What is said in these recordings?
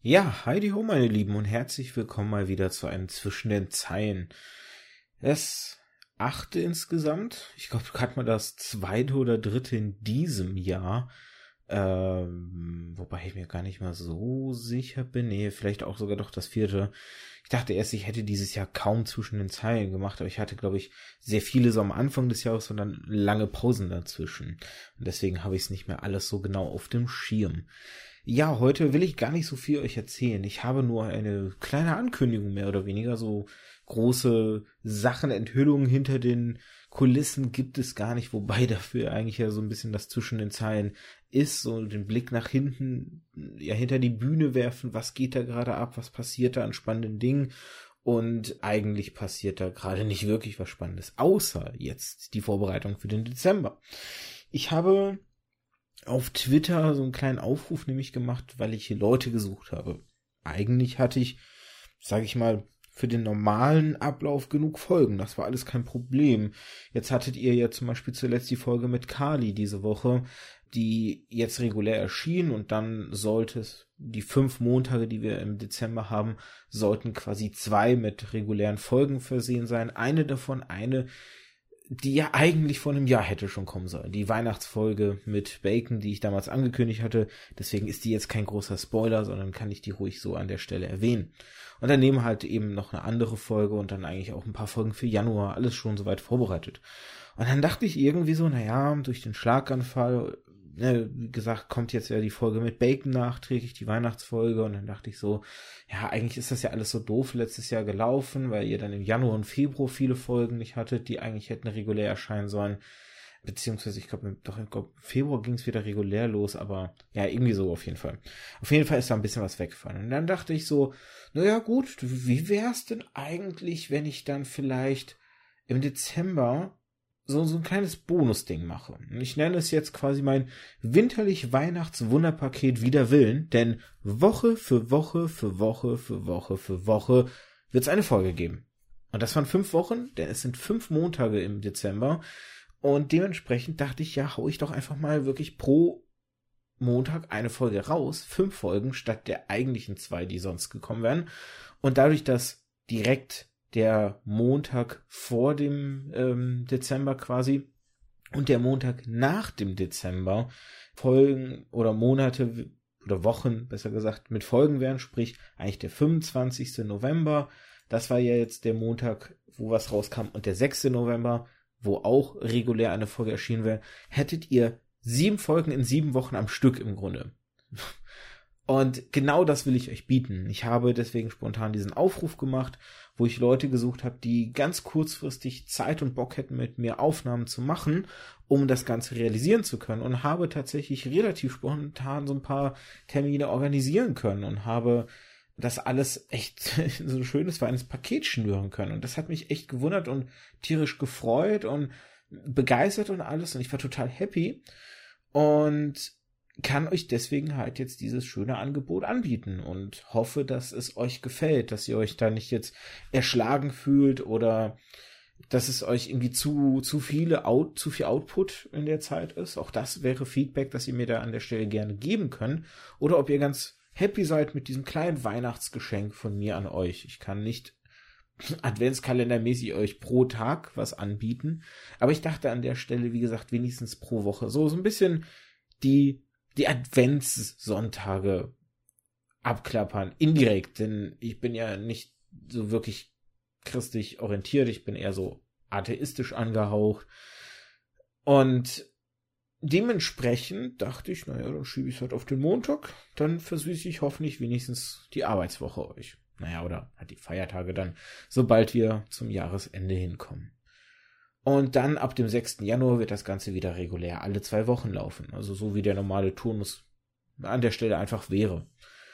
Ja, Heidi ho, meine Lieben, und herzlich willkommen mal wieder zu einem Zwischen den Zeilen. Das 8. insgesamt. Ich glaube, hat man das 2. oder 3. in diesem Jahr. Wobei ich mir gar nicht mal so sicher bin. Nee, vielleicht auch sogar doch das 4. Ich dachte erst, ich hätte dieses Jahr kaum Zwischen den Zeilen gemacht, aber ich hatte, glaube ich, sehr viele so am Anfang des Jahres und dann lange Pausen dazwischen. Und deswegen habe ich es nicht mehr alles so genau auf dem Schirm. Ja, heute will ich gar nicht so viel euch erzählen. Ich habe nur eine kleine Ankündigung, mehr oder weniger. So große Sachen, Enthüllungen hinter den Kulissen gibt es gar nicht, wobei dafür eigentlich ja so ein bisschen das zwischen den Zeilen ist, so den Blick nach hinten, ja, hinter die Bühne werfen, was geht da gerade ab, was passiert da an spannenden Dingen, und eigentlich passiert da gerade nicht wirklich was Spannendes, außer jetzt die Vorbereitung für den Dezember. Ich habe auf Twitter so einen kleinen Aufruf nämlich gemacht, weil ich hier Leute gesucht habe. Eigentlich hatte ich, sage ich mal, für den normalen Ablauf genug Folgen. Das war alles kein Problem. Jetzt hattet ihr ja zum Beispiel zuletzt die Folge mit Kali diese Woche, die jetzt regulär erschien, und dann sollte es die 5 Montage, die wir im Dezember haben, sollten quasi 2 mit regulären Folgen versehen sein. Eine davon, die ja eigentlich vor einem Jahr hätte schon kommen sollen. Die Weihnachtsfolge mit Bacon, die ich damals angekündigt hatte. Deswegen ist die jetzt kein großer Spoiler, sondern kann ich die ruhig so an der Stelle erwähnen. Und daneben halt eben noch eine andere Folge und dann eigentlich auch ein paar Folgen für Januar. Alles schon soweit vorbereitet. Und dann dachte ich irgendwie so, naja, durch den Schlaganfall, wie gesagt, kommt jetzt ja die Folge mit Bacon nachträglich, die Weihnachtsfolge, und dann dachte ich so, ja, eigentlich ist das ja alles so doof letztes Jahr gelaufen, weil ihr dann im Januar und Februar viele Folgen nicht hattet, die eigentlich hätten regulär erscheinen sollen, beziehungsweise ich glaube, Februar ging es wieder regulär los, aber ja, irgendwie so auf jeden Fall. Auf jeden Fall ist da ein bisschen was weggefallen. Und dann dachte ich so, naja gut, wie wär's denn eigentlich, wenn ich dann vielleicht im Dezember so ein kleines Bonusding mache. Und ich nenne es jetzt quasi mein winterlich-Weihnachts-Wunderpaket wider Willen, denn Woche für Woche für Woche für Woche für Woche wird es eine Folge geben. Und das waren 5 Wochen, denn es sind 5 Montage im Dezember, und dementsprechend dachte ich, ja, hau ich doch einfach mal wirklich pro Montag eine Folge raus, 5 Folgen statt der eigentlichen 2, die sonst gekommen wären. Und dadurch, dass direkt der Montag vor dem Dezember quasi und der Montag nach dem Dezember Folgen oder Monate oder Wochen, besser gesagt, mit Folgen wären, sprich eigentlich der 25. November, das war ja jetzt der Montag, wo was rauskam, und der 6. November, wo auch regulär eine Folge erschienen wäre, hättet ihr 7 Folgen in 7 Wochen am Stück im Grunde. Und genau das will ich euch bieten. Ich habe deswegen spontan diesen Aufruf gemacht, wo ich Leute gesucht habe, die ganz kurzfristig Zeit und Bock hätten, mit mir Aufnahmen zu machen, um das Ganze realisieren zu können, und habe tatsächlich relativ spontan so ein paar Termine organisieren können und habe das alles echt so ein schönes feines Paket schnüren können. Und das hat mich echt gewundert und tierisch gefreut und begeistert und alles, und ich war total happy und kann euch deswegen halt jetzt dieses schöne Angebot anbieten und hoffe, dass es euch gefällt, dass ihr euch da nicht jetzt erschlagen fühlt oder dass es euch irgendwie zu viel Output in der Zeit ist. Auch das wäre Feedback, das ihr mir da an der Stelle gerne geben könnt. Oder ob ihr ganz happy seid mit diesem kleinen Weihnachtsgeschenk von mir an euch. Ich kann nicht adventskalendermäßig euch pro Tag was anbieten, aber ich dachte an der Stelle, wie gesagt, wenigstens pro Woche. So ein bisschen die Adventssonntage abklappern, indirekt, denn ich bin ja nicht so wirklich christlich orientiert, ich bin eher so atheistisch angehaucht, und dementsprechend dachte ich, naja, dann schiebe ich es halt auf den Montag, dann versüße ich hoffentlich wenigstens die Arbeitswoche euch. Naja, oder halt die Feiertage dann, sobald wir zum Jahresende hinkommen. Und dann ab dem 6. Januar wird das Ganze wieder regulär alle 2 Wochen laufen. Also so wie der normale Turnus an der Stelle einfach wäre.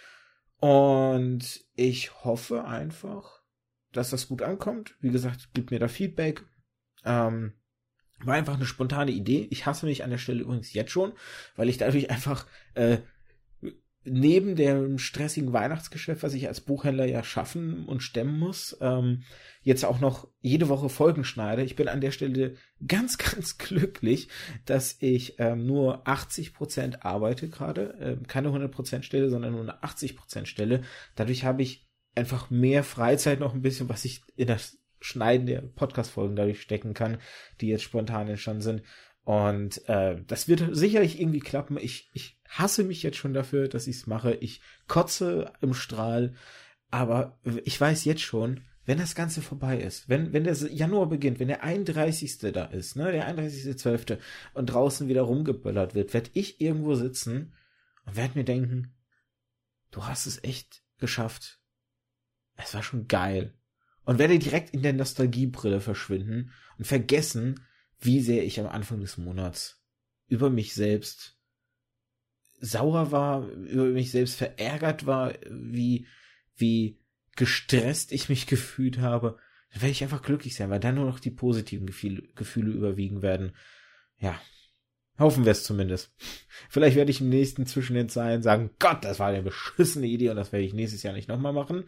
Und ich hoffe einfach, dass das gut ankommt. Wie gesagt, gebt mir da Feedback. War einfach eine spontane Idee. Ich hasse mich an der Stelle übrigens jetzt schon, weil ich dadurch einfach neben dem stressigen Weihnachtsgeschäft, was ich als Buchhändler ja schaffen und stemmen muss, jetzt auch noch jede Woche Folgen schneide. Ich bin an der Stelle ganz, ganz glücklich, dass ich nur 80% arbeite gerade. Keine 100% Stelle, sondern nur eine 80% Stelle. Dadurch habe ich einfach mehr Freizeit noch ein bisschen, was ich in das Schneiden der Podcast-Folgen dadurch stecken kann, die jetzt spontan entstanden sind. Und das wird sicherlich irgendwie klappen. Ich hasse mich jetzt schon dafür, dass ich es mache. Ich kotze im Strahl. Aber ich weiß jetzt schon, wenn das Ganze vorbei ist, wenn der Januar beginnt, wenn der 31. da ist, ne, der 31.12. und draußen wieder rumgeböllert wird, werde ich irgendwo sitzen und werde mir denken, du hast es echt geschafft. Es war schon geil. Und werde direkt in der Nostalgiebrille verschwinden und vergessen, wie sehr ich am Anfang des Monats über mich selbst sauer war, über mich selbst verärgert war, wie gestresst ich mich gefühlt habe. Dann werde ich einfach glücklich sein, weil dann nur noch die positiven Gefühle überwiegen werden. Ja, hoffen wir es zumindest. Vielleicht werde ich im nächsten zwischen den Zeilen sagen, Gott, das war eine beschissene Idee und das werde ich nächstes Jahr nicht nochmal machen.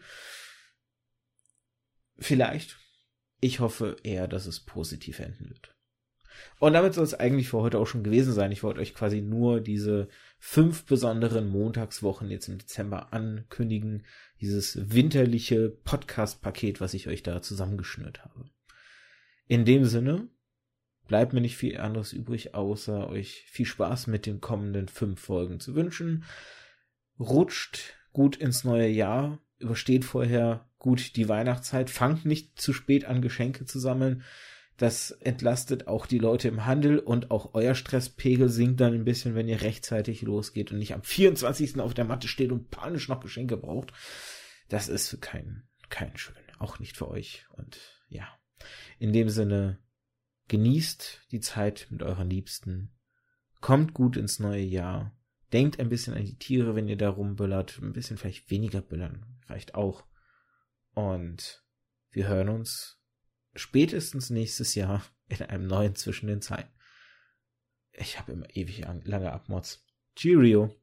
Vielleicht. Ich hoffe eher, dass es positiv enden wird. Und damit soll es eigentlich für heute auch schon gewesen sein. Ich wollte euch quasi nur diese 5 besonderen Montagswochen jetzt im Dezember ankündigen. Dieses winterliche Podcast-Paket, was ich euch da zusammengeschnürt habe. In dem Sinne bleibt mir nicht viel anderes übrig, außer euch viel Spaß mit den kommenden 5 Folgen zu wünschen. Rutscht gut ins neue Jahr. Übersteht vorher gut die Weihnachtszeit. Fangt nicht zu spät an, Geschenke zu sammeln. Das entlastet auch die Leute im Handel und auch euer Stresspegel sinkt dann ein bisschen, wenn ihr rechtzeitig losgeht und nicht am 24. auf der Matte steht und panisch noch Geschenke braucht. Das ist für keinen schön. Auch nicht für euch. Und ja, in dem Sinne, genießt die Zeit mit euren Liebsten. Kommt gut ins neue Jahr. Denkt ein bisschen an die Tiere, wenn ihr da rumböllert. Ein bisschen vielleicht weniger böllern. Reicht auch. Und wir hören uns spätestens nächstes Jahr in einem neuen Zwischen den Zeilen. Ich habe immer ewig lange Abmods. Cheerio.